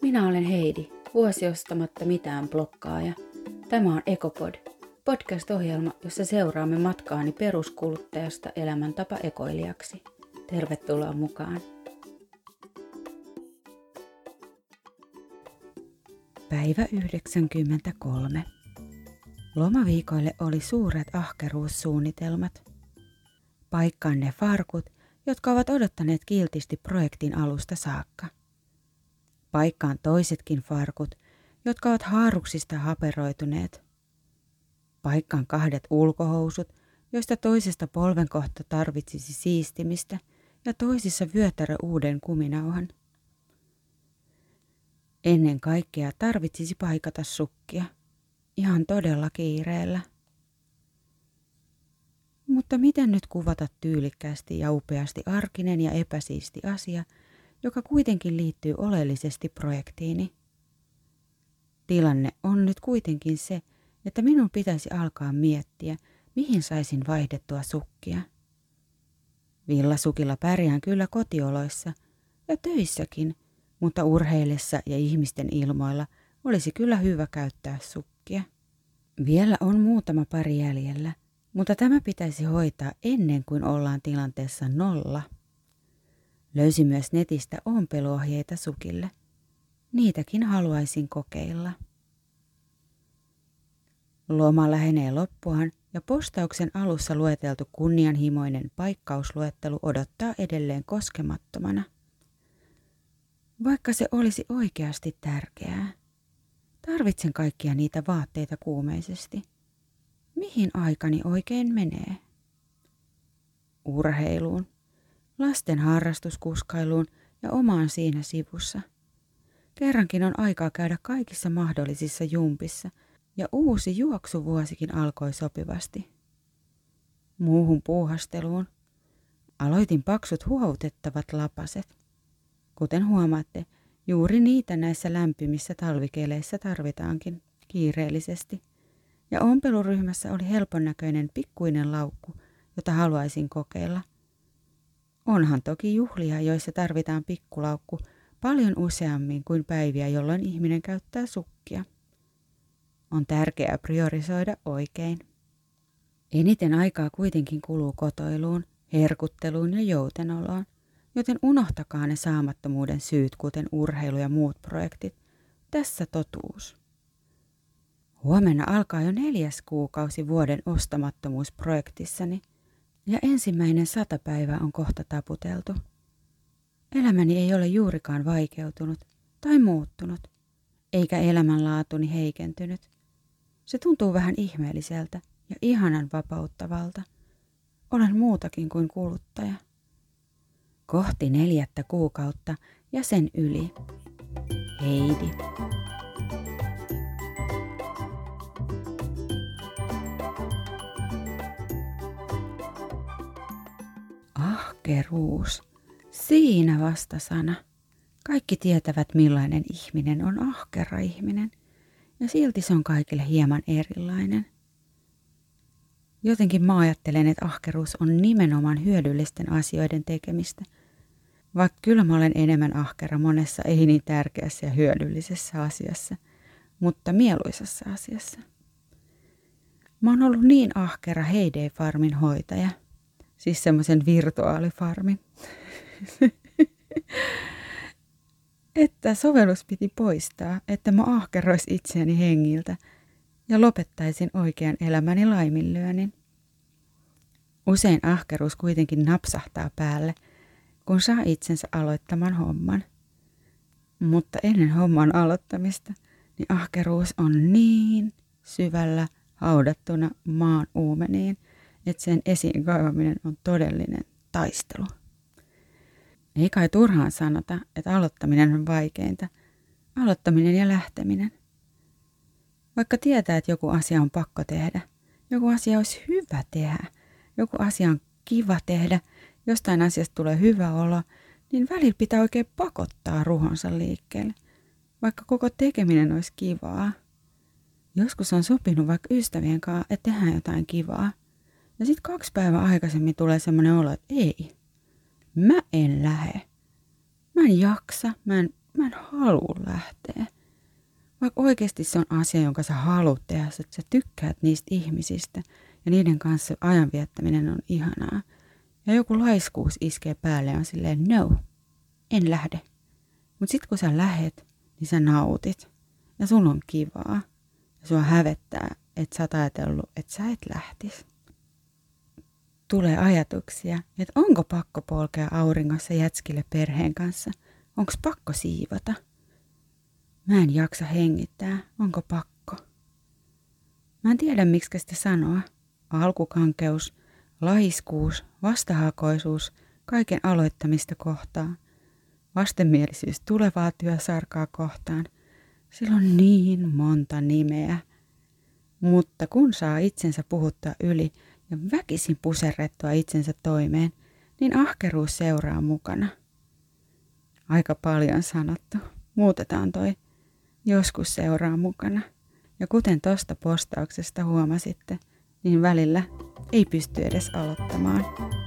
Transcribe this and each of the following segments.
Minä olen Heidi, vuosi ostamatta mitään blokkaaja. Tämä on Ekopod, podcast-ohjelma, jossa seuraamme matkaani peruskuluttajasta elämäntapa-ekoilijaksi. Tervetuloa mukaan. Päivä 93. Lomaviikoille oli suuret ahkeruussuunnitelmat. Paikkaan ne farkut, jotka ovat odottaneet kiltisti projektin alusta saakka. Paikkaan toisetkin farkut, jotka ovat haaruksista haperoituneet. Paikkaan 2 ulkohousut, joista toisesta polvenkohta tarvitsisi siistimistä ja toisissa vyötärö uuden kuminauhan. Ennen kaikkea tarvitsisi paikata sukkia, ihan todella kiireellä. Mutta miten nyt kuvata tyylikkäästi ja upeasti arkinen ja epäsiisti asia, joka kuitenkin liittyy oleellisesti projektiini? Tilanne on nyt kuitenkin se, että minun pitäisi alkaa miettiä, mihin saisin vaihdettua sukkia. Villasukilla pärjään kyllä kotioloissa ja töissäkin, mutta urheillessa ja ihmisten ilmoilla olisi kyllä hyvä käyttää sukkia. Vielä on muutama pari jäljellä, mutta tämä pitäisi hoitaa ennen kuin ollaan tilanteessa 0. Löysin myös netistä ompeluohjeita sukille. Niitäkin haluaisin kokeilla. Loma lähenee loppuaan ja postauksen alussa lueteltu kunnianhimoinen paikkausluettelu odottaa edelleen koskemattomana. Vaikka se olisi oikeasti tärkeää. Tarvitsen kaikkia niitä vaatteita kuumeisesti. Mihin aikani oikein menee? Urheiluun, lasten harrastuskuskailuun ja omaan siinä sivussa. Kerrankin on aikaa käydä kaikissa mahdollisissa jumpissa ja uusi juoksuvuosikin alkoi sopivasti. Muuhun puuhasteluun. Aloitin paksut huoutettavat lapaset. Kuten huomaatte, juuri niitä näissä lämpimissä talvikeleissä tarvitaankin kiireellisesti. Ja ompeluryhmässä oli helpon näköinen pikkuinen laukku, jota haluaisin kokeilla. Onhan toki juhlia, joissa tarvitaan pikkulaukku paljon useammin kuin päiviä, jolloin ihminen käyttää sukkia. On tärkeää priorisoida oikein. Eniten aikaa kuitenkin kuluu kotoiluun, herkutteluun ja joutenoloon, joten unohtakaa ne saamattomuuden syyt, kuten urheilu ja muut projektit. Tässä totuus. Huomenna alkaa jo 4. kuukausi vuoden ostamattomuusprojektissani ja ensimmäinen 100 päivää on kohta taputeltu. Elämäni ei ole juurikaan vaikeutunut tai muuttunut, eikä elämänlaatuni heikentynyt. Se tuntuu vähän ihmeelliseltä ja ihanan vapauttavalta. Olen muutakin kuin kuluttaja. Kohti 4. kuukautta ja sen yli. Heidi. Ahkeruus. Siinä vastasana. Kaikki tietävät, millainen ihminen on ahkera ihminen, ja silti se on kaikille hieman erilainen. Jotenkin mä ajattelen, että ahkeruus on nimenomaan hyödyllisten asioiden tekemistä, vaikka kyllä mä olen enemmän ahkera monessa ei niin tärkeässä ja hyödyllisessä asiassa, mutta mieluisassa asiassa. Mä oon ollut niin ahkera Heyday-farmin hoitaja, siis semmoisen virtuaalifarmin, että sovellus piti poistaa, että mä ahkerois itseäni hengiltä ja lopettaisin oikean elämäni laiminlyönnin. Usein ahkeruus kuitenkin napsahtaa päälle, kun saa itsensä aloittamaan homman. Mutta ennen homman aloittamista, niin ahkeruus on niin syvällä haudattuna maan uumeniin, että sen esiin kaivaminen on todellinen taistelu. Ei kai turhaan sanota, että aloittaminen on vaikeinta. Aloittaminen ja lähteminen. Vaikka tietää, että joku asia on pakko tehdä, joku asia olisi hyvä tehdä, joku asia on kiva tehdä, jostain asiasta tulee hyvä olo, niin välillä pitää oikein pakottaa ruhonsa liikkeelle, vaikka koko tekeminen olisi kivaa. Joskus on sopinut vaikka ystävien kanssa, että tehdään jotain kivaa. Ja sitten 2 päivää aikaisemmin tulee semmoinen olo, että ei, mä en lähde. Mä en jaksa, mä en mä en halua lähteä. Vaikka oikeasti se on asia, jonka sä haluat tehdä, että sä tykkäät niistä ihmisistä ja niiden kanssa ajan viettäminen on ihanaa. Ja joku laiskuus iskee päälle ja on silleen, no, en lähde. Mutta sit kun sä lähet, niin sä nautit ja sun on kivaa. Ja sua hävettää, että sä oot ajatellut, että sä et lähtisi. Tulee ajatuksia, että onko pakko polkea auringossa jätskille perheen kanssa? Onko pakko siivota? Mä en jaksa hengittää. Onko pakko? Mä en tiedä, miksi sitä sanoa. Alkukankeus, laiskuus, vastahakoisuus, kaiken aloittamista kohtaan. Vastenmielisyys tulevaa työsarkaa kohtaan. Sillä on niin monta nimeä. Mutta kun saa itsensä puhuttaa yli ja väkisin puserrettua itsensä toimeen, niin ahkeruus seuraa mukana. Aika paljon sanottu. Muutetaan toi. Joskus seuraa mukana. Ja kuten tosta postauksesta huomasitte, niin välillä ei pysty edes aloittamaan.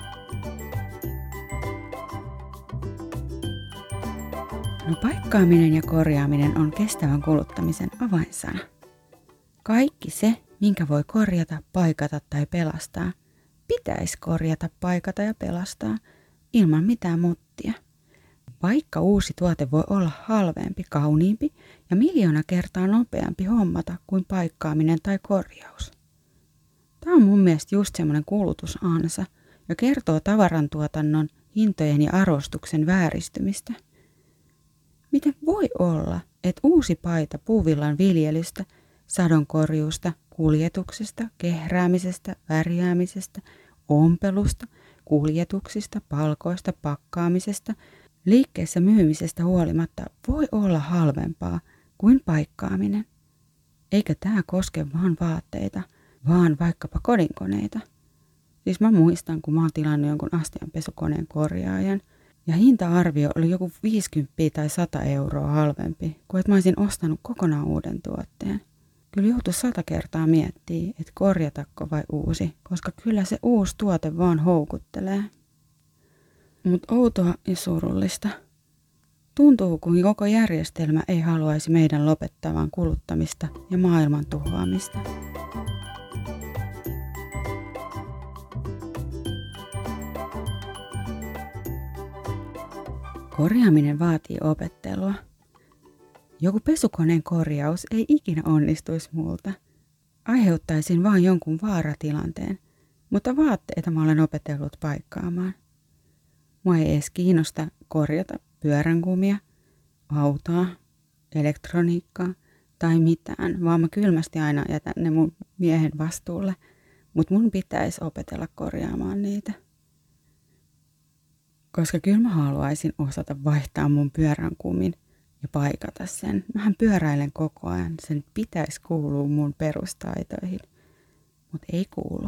No paikkaaminen ja korjaaminen on kestävän kuluttamisen avainsana. Kaikki se, minkä voi korjata, paikata tai pelastaa, pitäisi korjata, paikata ja pelastaa ilman mitään muttia. Vaikka uusi tuote voi olla halvempi, kauniimpi ja 1,000,000 kertaa nopeampi hommata kuin paikkaaminen tai korjaus. Tämä on mun mielestä just semmoinen kulutusansa ja kertoo tavarantuotannon, hintojen ja arvostuksen vääristymistä. Miten voi olla, että uusi paita puuvillan viljelystä, sadonkorjuusta, kuljetuksesta, kehräämisestä, värjäämisestä, ompelusta, kuljetuksista, palkoista, pakkaamisesta, liikkeessä myymisestä huolimatta voi olla halvempaa kuin paikkaaminen? Eikä tämä koske vaan vaatteita, vaan vaikkapa kodinkoneita. Siis mä muistan, kun mä oon tilannut jonkun astianpesukoneen korjaajan, ja hinta-arvio oli joku 50 tai 100 euroa halvempi, kuin että mä olisin ostanut kokonaan uuden tuotteen. Kyllä joutui 100 kertaa miettiä, että korjatako vai uusi, koska kyllä se uusi tuote vaan houkuttelee. Mutta outoa ja surullista. Tuntuu, kuin koko järjestelmä ei haluaisi meidän lopettavan kuluttamista ja maailman tuhoamista. Korjaaminen vaatii opettelua. Joku pesukoneen korjaus ei ikinä onnistuisi multa. Aiheuttaisin vain jonkun vaaratilanteen, mutta vaatteita mä olen opetellut paikkaamaan. Mua ei edes kiinnosta korjata pyöränkumia, autoa, elektroniikkaa tai mitään, vaan mä kylmästi aina jätän ne mun miehen vastuulle, mutta mun pitäisi opetella korjaamaan niitä. Koska kyllä mä haluaisin osata vaihtaa mun pyöränkumin ja paikata sen. Mähän pyöräilen koko ajan, sen pitäisi kuulua mun perustaitoihin, mutta ei kuulu.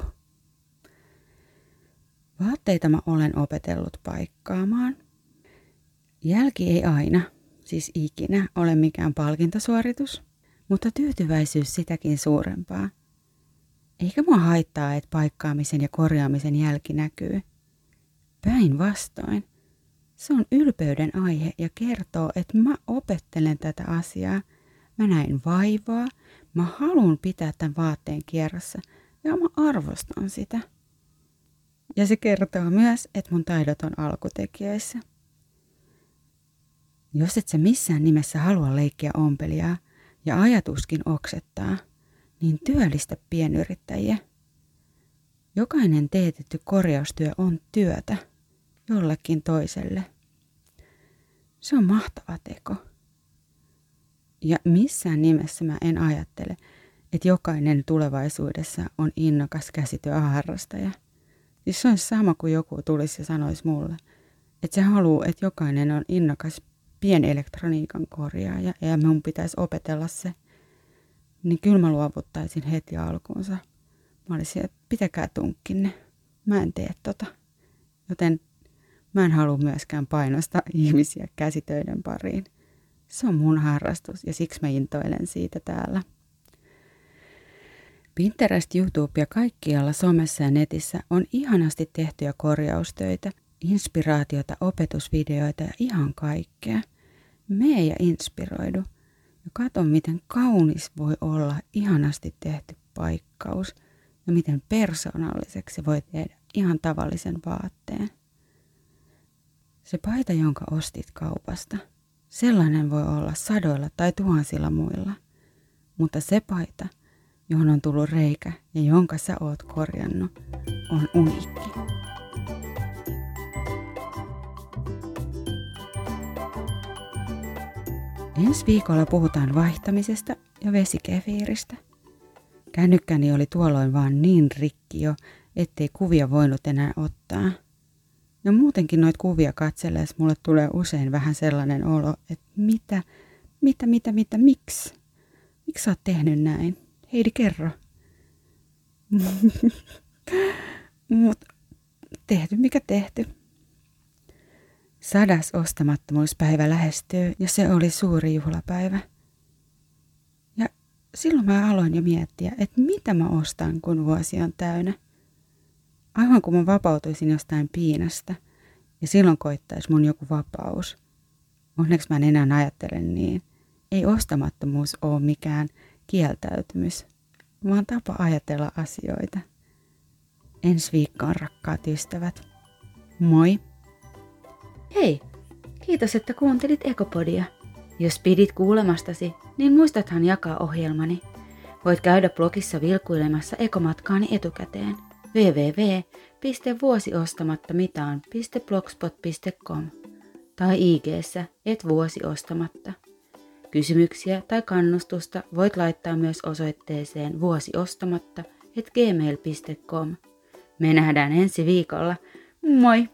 Vaatteita mä olen opetellut paikkaamaan. Jälki ei aina, siis ikinä, ole mikään palkintasuoritus, mutta tyytyväisyys sitäkin suurempaa. Eikä mua haittaa, että paikkaamisen ja korjaamisen jälki näkyy. Päinvastoin. Se on ylpeyden aihe ja kertoo, että mä opettelen tätä asiaa. Mä näin vaivaa, mä haluan pitää tämän vaatteen kierrossa ja mä arvostan sitä. Ja se kertoo myös, että mun taidot on alkutekijöissä. Jos et sä missään nimessä halua leikkiä ompelijaa ja ajatuskin oksettaa, niin työllistä pienyrittäjiä. Jokainen teetetty korjaustyö on työtä jollekin toiselle. Se on mahtava teko. Ja missään nimessä mä en ajattele, että jokainen tulevaisuudessa on innokas käsityöharrastaja. Siis se on sama kuin joku tulisi ja sanoisi mulle, että se haluaa, että jokainen on innokas pienelektroniikan korjaaja ja mun pitäisi opetella se. Niin kyllä mä luovuttaisin heti alkuunsa. Mä olisin, että pitäkää tunkkinne. Mä en tee tota. Joten mä en halua myöskään painostaa ihmisiä käsitöiden pariin. Se on mun harrastus ja siksi mä intoilen siitä täällä. Pinterest, YouTube ja kaikkialla somessa ja netissä on ihanasti tehtyjä korjaustöitä, inspiraatiota, opetusvideoita ja ihan kaikkea. Mee ja inspiroidu ja katso, miten kaunis voi olla ihanasti tehty paikkaus ja miten persoonalliseksi se voi tehdä ihan tavallisen vaatteen. Se paita, jonka ostit kaupasta, sellainen voi olla sadoilla tai tuhansilla muilla, mutta se paita, johon on tullut reikä ja jonka sä oot korjannut, on uniikki. Ensi viikolla puhutaan vaihtamisesta ja vesikefiiristä. Kännykkäni oli tuolloin vaan niin rikki jo, ettei kuvia voinut enää ottaa. Ja muutenkin noit kuvia katsellessa mulle tulee usein vähän sellainen olo, että miksi? Miksi sä oot tehnyt näin? Heidi, kerro. Mut tehty mikä tehty. 100. ostamattomuuspäivä lähestyy ja se oli suuri juhlapäivä. Ja silloin mä aloin jo miettiä, että mitä mä ostan, kun vuosi on täynnä. Aivan kun mä vapautuisin jostain piinasta ja silloin koittaisi mun joku vapaus. Onneksi mä en enää ajattele niin. Ei ostamattomuus ole mikään kieltäytymys, vaan tapa ajatella asioita. Ensi viikkoon, rakkaat ystävät. Moi! Hei, kiitos, että kuuntelit Ekopodia. Jos pidit kuulemastasi, niin muistathan jakaa ohjelmani. Voit käydä blogissa vilkuilemassa ekomatkaani etukäteen. www.vuosiostamattamitaan.blogspot.com tai IG:ssä @vuosiostamatta. Kysymyksiä tai kannustusta voit laittaa myös osoitteeseen vuosiostamatta@gmail.com. Me nähdään ensi viikolla. Moi!